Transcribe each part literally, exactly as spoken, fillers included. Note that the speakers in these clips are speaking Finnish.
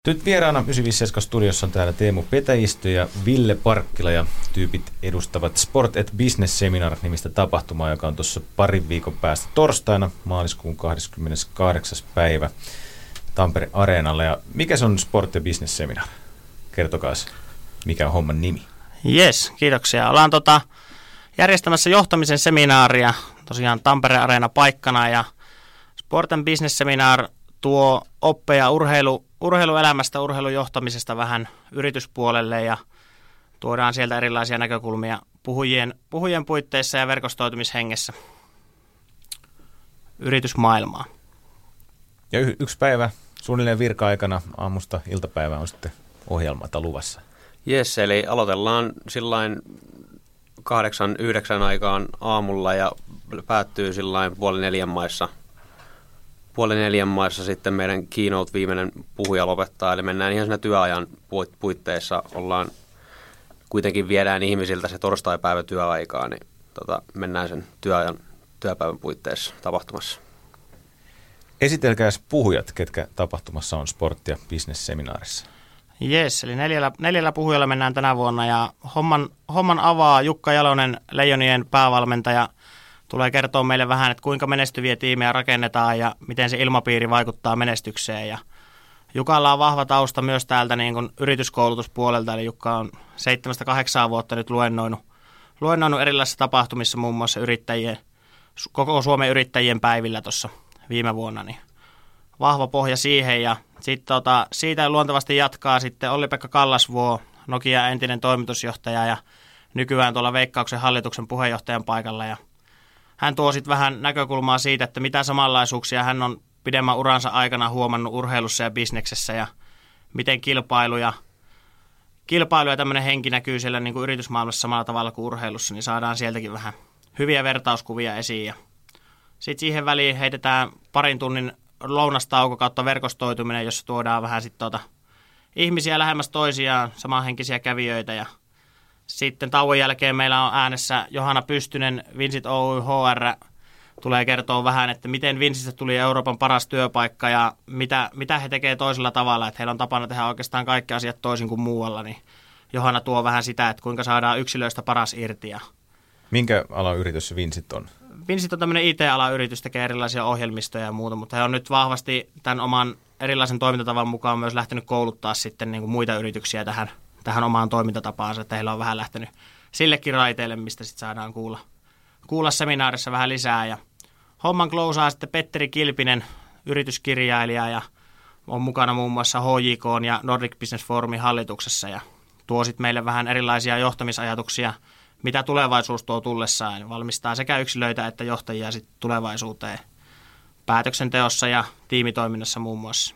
Nyt vieraana yhdeksänsataaviisikymmentäseitsemän studiossa on täällä Teemu Petäjistö ja Ville Parkkila ja tyypit edustavat Sport at Business Seminar -nimistä tapahtumaa, joka on tuossa parin viikon päästä torstaina maaliskuun kahdeskymmeneskahdeksas päivä Tampere Areenalla. Ja mikä se on Sport at Business Seminar? Kertokaa se, mikä on homman nimi. Jes, kiitoksia. Ollaan tota, järjestämässä johtamisen seminaaria tosiaan Tampere Areena paikkana ja Sport and Business Seminar tuo oppeja urheilu, urheiluelämästä, urheilujohtamisesta vähän yrityspuolelle ja tuodaan sieltä erilaisia näkökulmia puhujien, puhujien puitteissa ja verkostoitumishengessä yritysmaailmaa. Ja y- yksi päivä suunnilleen virka-aikana aamusta iltapäivään on sitten ohjelmata luvassa. Jes, eli aloitellaan sillain kahdeksan, yhdeksän aikaan aamulla ja päättyy sillain puoli neljän maissa. Puoli neljän maissa sitten meidän keynote viimeinen puhuja lopettaa, eli mennään ihan siinä työajan puitteissa, ollaan kuitenkin viedään ihmisiltä se torstaipäivä työaikaa, niin tota, mennään sen työajan, työpäivän puitteissa tapahtumassa. Esitelkääs puhujat, ketkä tapahtumassa on Sport- ja Business-seminaarissa. Jes, eli neljällä, neljällä puhujalla mennään tänä vuonna ja homman, homman avaa Jukka Jalonen, Leijonien päävalmentaja. Tulee kertoa meille vähän, että kuinka menestyviä tiimejä rakennetaan ja miten se ilmapiiri vaikuttaa menestykseen. Ja Jukalla on vahva tausta myös täältä niin kuin yrityskoulutuspuolelta, eli Jukka on seitsemästä kahdeksaan vuotta nyt luennoinut, luennoinut erilaisissa tapahtumissa, muun muassa yrittäjien, koko Suomen yrittäjien päivillä tuossa viime vuonna. Niin vahva pohja siihen ja sitten tota, siitä luontevasti jatkaa sitten Olli-Pekka Kallasvuo, Nokia entinen toimitusjohtaja ja nykyään tuolla Veikkauksen hallituksen puheenjohtajan paikalla ja hän tuo sitten vähän näkökulmaa siitä, että mitä samanlaisuuksia hän on pidemmän uransa aikana huomannut urheilussa ja bisneksessä ja miten kilpailu ja, kilpailu ja tämmöinen henki näkyy siellä niin kuin yritysmaailmassa samalla tavalla kuin urheilussa, niin saadaan sieltäkin vähän hyviä vertauskuvia esiin. Ja sitten siihen väliin heitetään parin tunnin lounastauko kautta verkostoituminen, jossa tuodaan vähän sitten tuota ihmisiä lähemmäs toisiaan, samanhenkisiä kävijöitä ja sitten tauon jälkeen meillä on äänessä Johanna Pystynen, Vincit Oy H R, tulee kertoa vähän, että miten Vincistä tuli Euroopan paras työpaikka ja mitä, mitä he tekevät toisella tavalla, että heillä on tapana tehdä oikeastaan kaikki asiat toisin kuin muualla, niin Johanna tuo vähän sitä, että kuinka saadaan yksilöistä paras irti. Ja minkä alan yritys se Vincit on? Vincit on tämmöinen I T-alan yritys, tekee erilaisia ohjelmistoja ja muuta, mutta he on nyt vahvasti tämän oman erilaisen toimintatavan mukaan myös lähtenyt kouluttaa sitten niin kuin muita yrityksiä tähän tähän omaan toimintatapaansa, että heillä on vähän lähtenyt sillekin raiteille, mistä sitten saadaan kuulla, kuulla seminaarissa vähän lisää. Ja homman closeaa sitten Petteri Kilpinen, yrityskirjailija ja on mukana muun muassa H J K ja Nordic Business Forumin hallituksessa ja tuo sitten meille vähän erilaisia johtamisajatuksia, mitä tulevaisuus tuo tullessaan. Valmistaa sekä yksilöitä että johtajia sitten tulevaisuuteen päätöksenteossa ja tiimitoiminnassa muun muassa.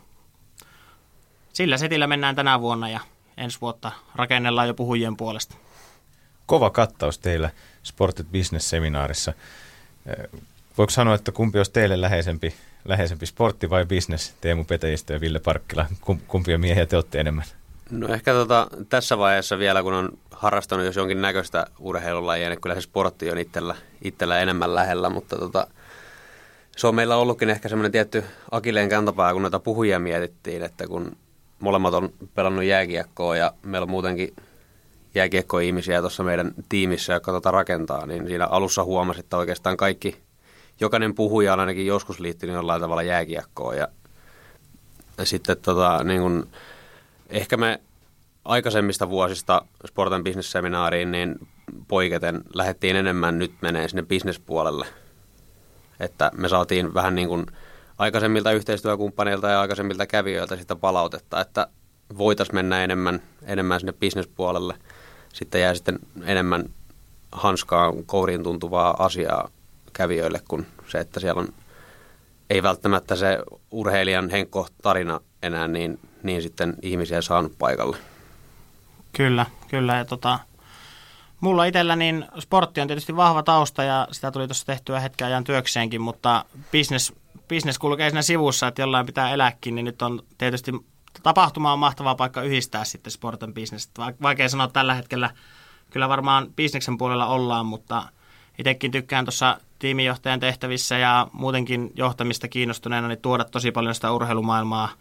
Sillä setillä mennään tänä vuonna ja ensi vuotta rakennellaan jo puhujien puolesta. Kova kattaus teillä Sport at Business-seminaarissa. Voiko sanoa, että kumpi olisi teille läheisempi, läheisempi sportti vai business, Teemu Petäjistö ja Ville Parkkila? Kumpia miehiä te olette enemmän? No ehkä tota, tässä vaiheessa vielä, kun on harrastanut jos jonkin näköistä urheilulajia, niin kyllä se sportti on itsellä, itsellä enemmän lähellä, mutta tota, se on meillä ollutkin ehkä semmoinen tietty akilleen kantapää, kun noita puhujia mietittiin, että kun molemmat on pelannut jääkiekkoa ja meillä on muutenkin jääkiekko-ihmisiä tuossa meidän tiimissä, jotka tuota rakentaa, niin siinä alussa huomasi, että oikeastaan kaikki, jokainen puhuja on ainakin joskus liittynyt jollain tavalla jääkiekkoon. Ja sitten tota, niin kun, ehkä me aikaisemmista vuosista Sport and Business-seminaariin niin poiketen lähdettiin enemmän nyt menee sinne business-puolelle. Että me saatiin vähän niin kuin aikaisemmilta yhteistyökumppaneilta ja aikaisemmilta kävijöiltä sitä palautetta, että voitaisiin mennä enemmän, enemmän sinne bisnespuolelle. Sitten jää sitten enemmän hanskaan kouriin tuntuvaa asiaa kävijöille kuin se, että siellä on ei välttämättä se urheilijan Henkko-tarina enää niin, niin sitten ihmisiä saanut paikalle. Kyllä, kyllä. Ja tota, mulla itsellä niin sportti on tietysti vahva tausta ja sitä tuli tuossa tehtyä hetken ajan työkseenkin, mutta business Business kulkee siinä sivussa, että jollain pitää elääkin, niin nyt on tietysti tapahtuma on mahtava paikka yhdistää sitten sport and business. Vaikea sanoa tällä hetkellä, kyllä varmaan bisneksen puolella ollaan, mutta itsekin tykkään tuossa tiimijohtajan tehtävissä ja muutenkin johtamista kiinnostuneena niin tuoda tosi paljon sitä urheilumaailmaa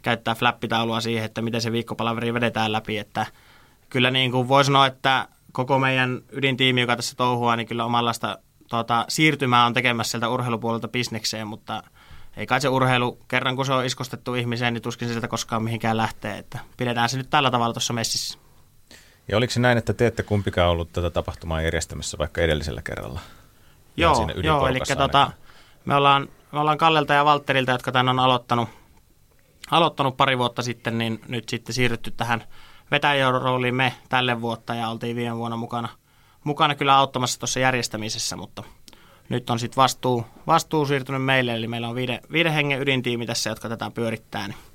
käyttää flappitaulua siihen, että miten se viikkopalaveri vedetään läpi, että kyllä niin kuin voi sanoa, että koko meidän ydintiimi, joka tässä touhua, niin kyllä omanlaista tuota, siirtymää on tekemässä sieltä urheilupuolelta bisnekseen, mutta ei kai se urheilu, kerran kun se on iskostettu ihmiseen, niin tuskin se sieltä koskaan mihinkään lähtee, että pidetään se nyt tällä tavalla tuossa messissä. Ja oliko se näin, että te ette kumpikaan ollut tätä tapahtumaa järjestämässä vaikka edellisellä kerralla? Joo, joo eli tota, me, ollaan, me ollaan Kallelta ja Valtterilta, jotka tämän on aloittanut, aloittanut pari vuotta sitten, niin nyt sitten siirrytty tähän vetäjän rooliin me tälle vuotta ja oltiin viime vuonna mukana, mukana kyllä auttamassa tuossa järjestämisessä, mutta nyt on sitten vastuu, vastuu siirtynyt meille, eli meillä on viiden, viiden hengen ydintiimi tässä, jotka tätä pyörittää. Niin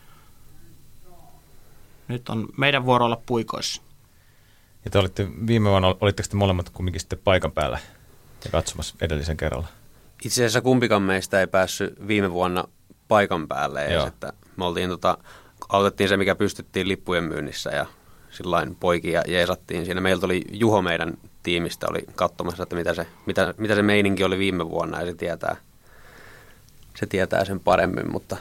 nyt on meidän vuoro olla puikoissa. Ja te olitte viime vuonna, olitteko te molemmat kumminkin sitten paikan päällä ja katsomassa edellisen kerralla? Itse asiassa kumpikaan meistä ei päässyt viime vuonna paikan päälle edes, että me oltiin tota, autettiin se, mikä pystyttiin lippujen myynnissä ja sillain poikia jeesattiin siinä. Meiltä oli Juho meidän tiimistä, oli katsomassa, että mitä se, mitä, mitä se meininki oli viime vuonna ja se tietää, se tietää sen paremmin, mutta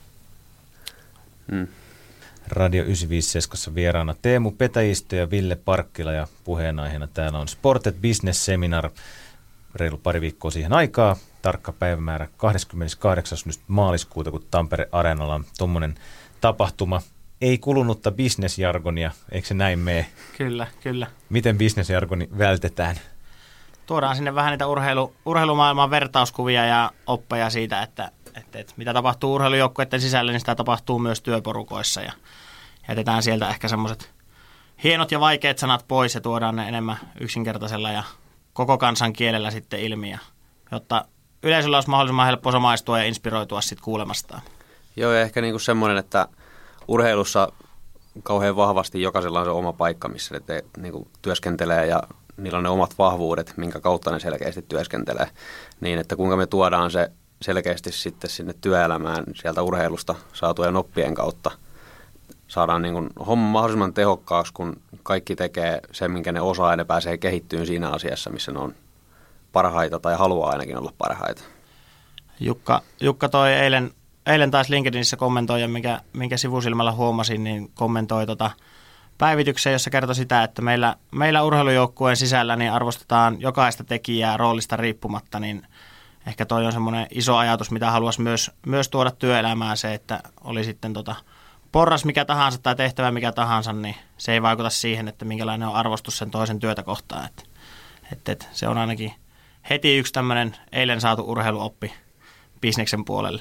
mm. Radio yhdeksänkymmentäviisi Seskossa vieraana Teemu Petäjistö ja Ville Parkkila ja puheenaiheena täällä on Sport at Business Seminar. Reilu pari viikkoa siihen aikaa. Tarkka päivämäärä kahdeskymmeneskahdeksas maaliskuuta, kun Tampere Areenalla on tuommoinen tapahtuma. Ei kulunutta bisnesjargonia, eikö se näin mene? Kyllä, kyllä. Miten bisnesjargoni vältetään? Tuodaan sinne vähän niitä urheilu, urheilumaailman vertauskuvia ja oppeja siitä, että, että, että mitä tapahtuu urheilujoukkueiden sisällä, niin sitä tapahtuu myös työporukoissa. Ja jätetään sieltä ehkä semmoiset hienot ja vaikeat sanat pois ja tuodaan ne enemmän yksinkertaisella ja koko kansan kielellä sitten ilmi, ja, jotta yleisöllä olisi mahdollisimman helppo samaistua ja inspiroitua sitten kuulemastaan. Joo, ja ehkä niinku semmoinen, että urheilussa kauhean vahvasti jokaisella on se oma paikka, missä ne te, niinku työskentelee, ja niillä on ne omat vahvuudet, minkä kautta ne selkeästi työskentelee. Niin, että kuinka me tuodaan se selkeästi sitten sinne työelämään sieltä urheilusta saatujen oppien kautta. Saadaan niin kuin homma mahdollisimman tehokkaaksi, kun kaikki tekee sen, minkä ne osaa, ja ne pääsee kehittyyn siinä asiassa, missä ne on parhaita tai haluaa ainakin olla parhaita. Jukka, Jukka toi eilen, eilen taas LinkedInissä kommentoi, ja minkä, minkä sivusilmällä huomasin, niin kommentoi tota päivityksen, jossa kertoi sitä, että meillä, meillä urheilujoukkueen sisällä niin arvostetaan jokaista tekijää roolista riippumatta, niin ehkä toi on semmoinen iso ajatus, mitä haluaisi myös, myös tuoda työelämään, se, että oli sitten tota porras mikä tahansa tai tehtävä mikä tahansa, niin se ei vaikuta siihen, että minkälainen on arvostus sen toisen työtä kohtaan. Että, että, että se on ainakin heti yksi tämmöinen eilen saatu urheiluoppi bisneksen puolelle.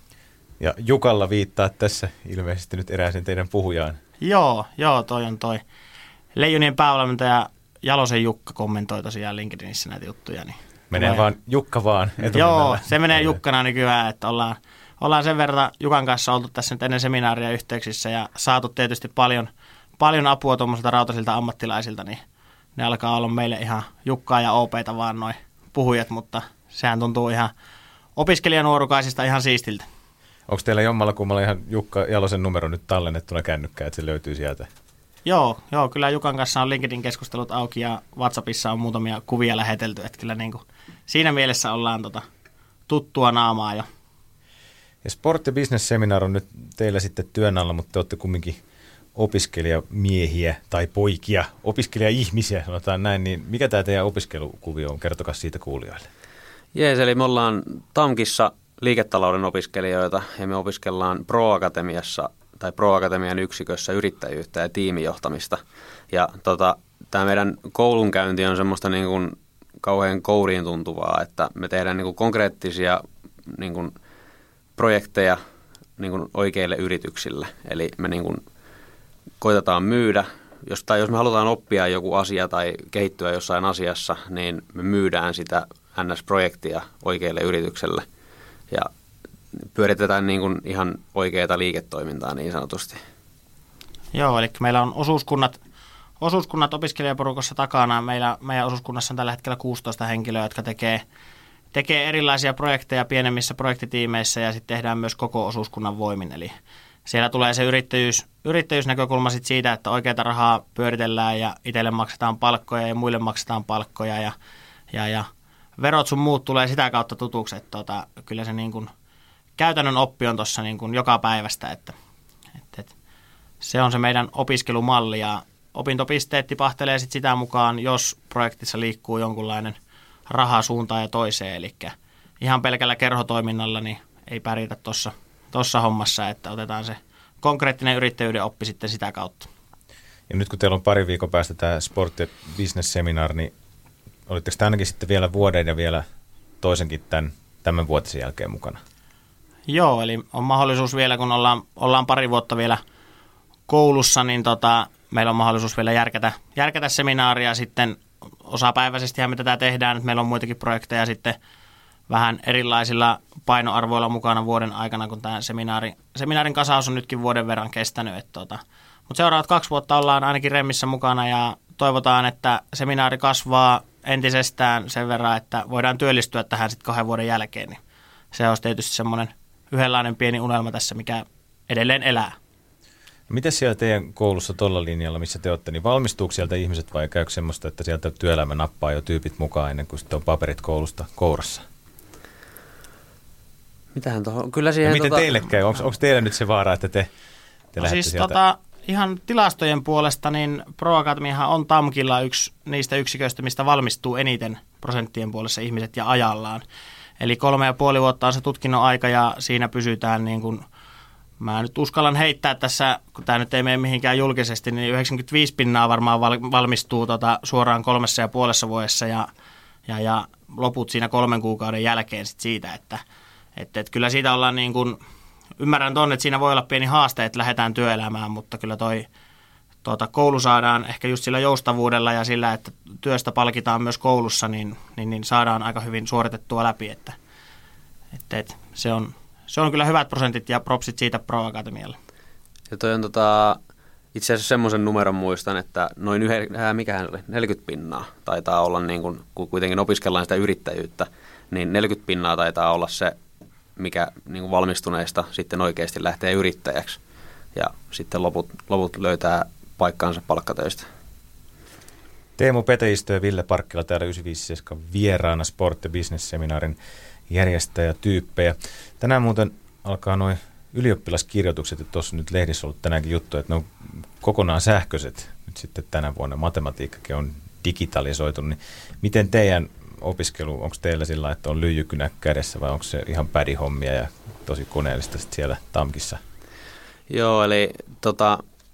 Ja Jukalla viittaa tässä ilmeisesti nyt erääseen teidän puhujaan. Joo, joo, toi on toi. Leijonien päävalmentaja Jalosen Jukka kommentoi tosiaan LinkedInissä näitä juttuja. Niin menee vaan Jukka vaan. Joo, se menee Jukkana nykyään, että ollaan Ollaan sen verran Jukan kanssa oltu tässä nyt ennen seminaaria yhteyksissä ja saatu tietysti paljon, paljon apua tuommoisilta rautaisilta ammattilaisilta, niin ne alkaa olla meille ihan Jukkaa ja O P:tä vaan noin puhujat, mutta sehän tuntuu ihan opiskelijanuorukaisista ihan siistiltä. Onko teillä jommalla kummalla ihan Jukka Jalosen numero nyt tallennettuna kännykkään, että se löytyy sieltä? Joo, joo, kyllä Jukan kanssa on LinkedIn-keskustelut auki ja WhatsAppissa on muutamia kuvia lähetelty, että kyllä niin kuin siinä mielessä ollaan tota tuttua naamaa jo. Ja Sport- ja Business Seminar on nyt teillä sitten työn alla, mutta te olette kumminkin opiskelijamiehiä tai poikia, opiskelijaihmisiä sanotaan näin, niin mikä tämä teidän opiskelukuvio on? Kertokaa siitä kuulijoille. Jees, eli me ollaan TAMKissa liiketalouden opiskelijoita ja me opiskellaan Pro-akatemiassa tai Pro-akatemian yksikössä yrittäjyyttä ja tiimijohtamista. Ja tota, tämä meidän koulunkäynti on semmoista niin kuin kauhean kouriin tuntuvaa, että me tehdään niin kuin konkreettisia niin kuin projekteja niin kuin oikeille yrityksille. Eli me niin kuin koitetaan myydä, jos, tai jos me halutaan oppia joku asia tai kehittyä jossain asiassa, niin me myydään sitä N S-projektia oikeille yritykselle ja pyöritetään niin kuin ihan oikeaa liiketoimintaa niin sanotusti. Joo, eli meillä on osuuskunnat, osuuskunnat opiskelijaporukossa takana. Meillä, meidän osuuskunnassa on tällä hetkellä kuusitoista henkilöä, jotka tekee tekee erilaisia projekteja pienemmissä projektitiimeissä ja sitten tehdään myös koko osuuskunnan voimin. Eli siellä tulee se yrittäjyys, yrittäjyysnäkökulma sit siitä, että oikeaa rahaa pyöritellään ja itselle maksetaan palkkoja ja muille maksetaan palkkoja ja, ja, ja verot sun muut tulee sitä kautta tutuksi. Että tota, kyllä se niin kun käytännön oppi on tuossa niin kun joka päivästä, että se on se meidän opiskelumalli ja opintopisteet tipahtelee sit sitä mukaan, jos projektissa liikkuu jonkunlainen raha suuntaan ja toiseen, eli ihan pelkällä kerhotoiminnalla niin ei pärjätä tuossa tossa hommassa, että otetaan se konkreettinen yrittäjyyden oppi sitten sitä kautta. Ja nyt kun teillä on pari viikon päästä tämä Sport and Business Seminar, niin olitteko te ainakin sitten vielä vuoden ja vielä toisenkin tämän, tämän vuotisen jälkeen mukana? Joo, eli on mahdollisuus vielä, kun ollaan, ollaan pari vuotta vielä koulussa, niin tota, meillä on mahdollisuus vielä järkätä, järkätä seminaaria sitten osapäiväisestihän me tätä tehdään, että meillä on muitakin projekteja sitten vähän erilaisilla painoarvoilla mukana vuoden aikana, kun tämä seminaari, seminaarin kasaus on nytkin vuoden verran kestänyt. Että tota, mutta seuraavat kaksi vuotta ollaan ainakin Remmissä mukana ja toivotaan, että seminaari kasvaa entisestään sen verran, että voidaan työllistyä tähän sitten kahden vuoden jälkeen. Niin se olisi tietysti semmoinen yhdenlainen pieni unelma tässä, mikä edelleen elää. Miten siellä teidän koulussa tuolla linjalla, missä te olette, niin valmistuuko sieltä ihmiset vai käykö semmoista, että sieltä työelämä nappaa jo tyypit mukaan ennen kuin sitten on paperit koulusta kourassa? Mitähän tuohon? Kyllä siihen... Ja miten tota... teille käy? Onko teillä nyt se vaara, että te, te no lähdette siis sieltä? Tota, ihan tilastojen puolesta, niin Pro Academyhan on TAMKilla yksi niistä yksiköistä, mistä valmistuu eniten prosenttien puolessa ihmiset ja ajallaan. Eli kolme ja puoli vuotta on se tutkinnon aika ja siinä pysytään niin kuin, mä nyt uskallan heittää tässä, kun tämä nyt ei mene mihinkään julkisesti, niin yhdeksänkymmentäviisi pinnaa varmaan valmistuu tota suoraan kolmessa ja puolessa vuodessa ja, ja, ja loput siinä kolmen kuukauden jälkeen sit siitä, että et, et kyllä siitä ollaan niin kuin, ymmärrän tuonne, että siinä voi olla pieni haaste, että lähdetään työelämään, mutta kyllä toi tuota, koulu saadaan ehkä just sillä joustavuudella ja sillä, että työstä palkitaan myös koulussa, niin, niin, niin saadaan aika hyvin suoritettua läpi, että, että, että se, on, se on kyllä hyvät prosentit ja propsit siitä Pro Academialle. Ja toi on tota, itse asiassa semmoisen numeron muistan, että noin yhden, äh, mikähän oli, neljäkymmentä pinnaa taitaa olla, niin kun, kun kuitenkin opiskellaan sitä yrittäjyyttä, niin neljäkymmentä pinnaa taitaa olla se, mikä niin kuin valmistuneista sitten oikeasti lähtee yrittäjäksi ja sitten loput, loput löytää paikkaansa palkkatöistä. Teemu Petäjistö ja Ville Parkkila täällä yhdeksänsataaviisikymmentäseitsemän vieraana Sport- ja Business-seminaarin järjestäjätyyppejä. Tänään muuten alkaa noin ylioppilaskirjoitukset, että tuossa nyt lehdissä on ollut tänäänkin juttu, että ne on kokonaan sähköiset. Nyt sitten tänä vuonna matematiikkakin on digitalisoitunut. Niin miten teidän opiskelu, onko teillä sillä, että on lyijykynä kädessä vai onko se ihan pädihommia ja tosi koneellista sitten siellä TAMKissa? Joo, eli tota,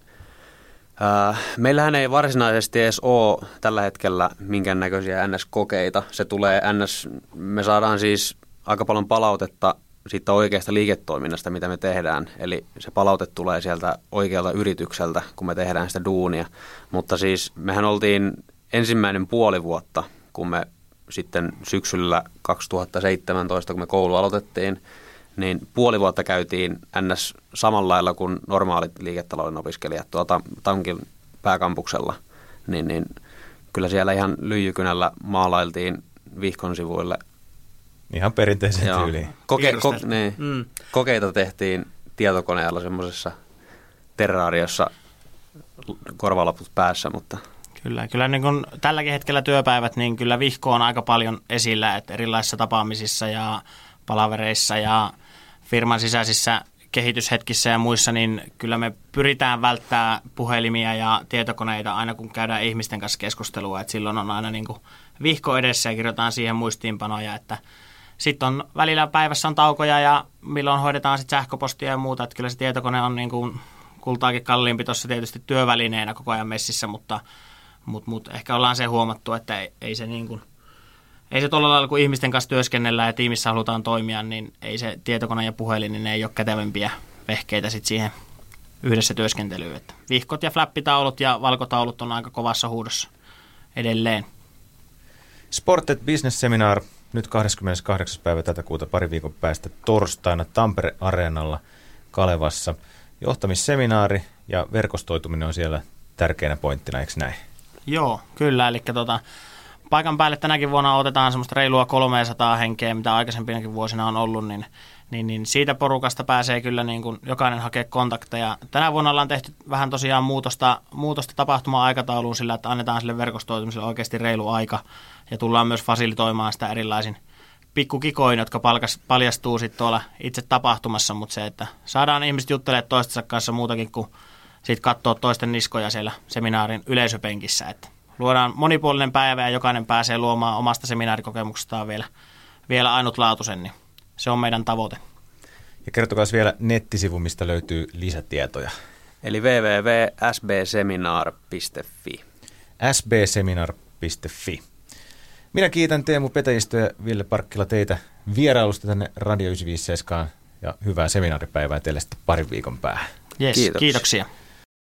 äh, meillähän ei varsinaisesti edes ole tällä hetkellä minkäännäköisiä N S-kokeita. Se tulee N S, me saadaan siis aika paljon palautetta siitä oikeasta liiketoiminnasta, mitä me tehdään. Eli se palaute tulee sieltä oikealta yritykseltä, kun me tehdään sitä duunia. Mutta siis mehän oltiin ensimmäinen puoli vuotta, kun me sitten syksyllä kaksituhattaseitsemäntoista, kun me koulu aloitettiin, niin puoli vuotta käytiin N S samalla lailla kuin normaalit liiketalouden opiskelijat tuolta TAMKin pääkampuksella. Niin, niin kyllä siellä ihan lyijykynällä maalailtiin vihkon sivuille. Ihan perinteisen tyyliin. Koke, ko, niin, mm. Kokeita tehtiin tietokoneella semmoisessa terraariossa korvalaput päässä, mutta... Kyllä, kyllä niin kun tälläkin hetkellä työpäivät, niin kyllä vihko on aika paljon esillä, että erilaisissa tapaamisissa ja palavereissa ja firman sisäisissä kehityshetkissä ja muissa, niin kyllä me pyritään välttämään puhelimia ja tietokoneita aina kun käydään ihmisten kanssa keskustelua, että silloin on aina niin kuin vihko edessä ja kirjoitetaan siihen muistiinpanoja, että sitten on välillä päivässä on taukoja ja milloin hoidetaan sitten sähköpostia ja muuta, että kyllä se tietokone on niin kuin kultaakin kalliimpi tuossa tietysti työvälineenä koko ajan messissä, mutta Mutta mut ehkä ollaan se huomattu, että ei, ei se niin kuin, ei se tuolla lailla, kun ihmisten kanssa työskennellään ja tiimissä halutaan toimia, niin ei se tietokone ja puhelin, niin ne ei ole kätevämpiä vehkeitä sit siihen yhdessä työskentelyyn. Että vihkot ja flappitaulut ja valkotaulut on aika kovassa huudossa edelleen. Sport and Business Seminar nyt kahdeskymmeneskahdeksas päivä tätä kuuta pari viikon päästä torstaina Tampere-areenalla Kalevassa. Johtamisseminaari ja verkostoituminen on siellä tärkeänä pointtina, eikö näin? Joo, kyllä. Eli tota, paikan päälle tänäkin vuonna otetaan semmoista reilua kolmesataa henkeä, mitä aikaisempinakin vuosina on ollut, niin, niin, niin siitä porukasta pääsee kyllä niin kuin jokainen hakea kontakteja. Tänä vuonna ollaan tehty vähän tosiaan muutosta, muutosta tapahtuma-aikatauluun sillä, että annetaan sille verkostoitumiselle oikeasti reilu aika ja tullaan myös fasilitoimaan sitä erilaisin pikkukikoin, jotka palkas, paljastuu sitten tuolla itse tapahtumassa, mutta se, että saadaan ihmiset juttelemaan toistensa kanssa muutakin kuin sitten katsoa toisten niskoja siellä seminaarin yleisöpenkissä. Että luodaan monipuolinen päivä ja jokainen pääsee luomaan omasta seminaarikokemuksestaan vielä, vielä ainutlaatuisen, niin se on meidän tavoite. Ja kertokaa vielä nettisivu, mistä löytyy lisätietoja. Eli double-u double-u double-u piste s b seminar piste f i. s b seminar piste f i. Minä kiitän Teemu Petäjistö ja Ville Parkkila teitä vierailusta tänne Radio yhdeksänsataaviisikymmentäseitsemän ja hyvää seminaaripäivää teille sitten parin viikon päähän. Yes, Kiitoksia. kiitoksia.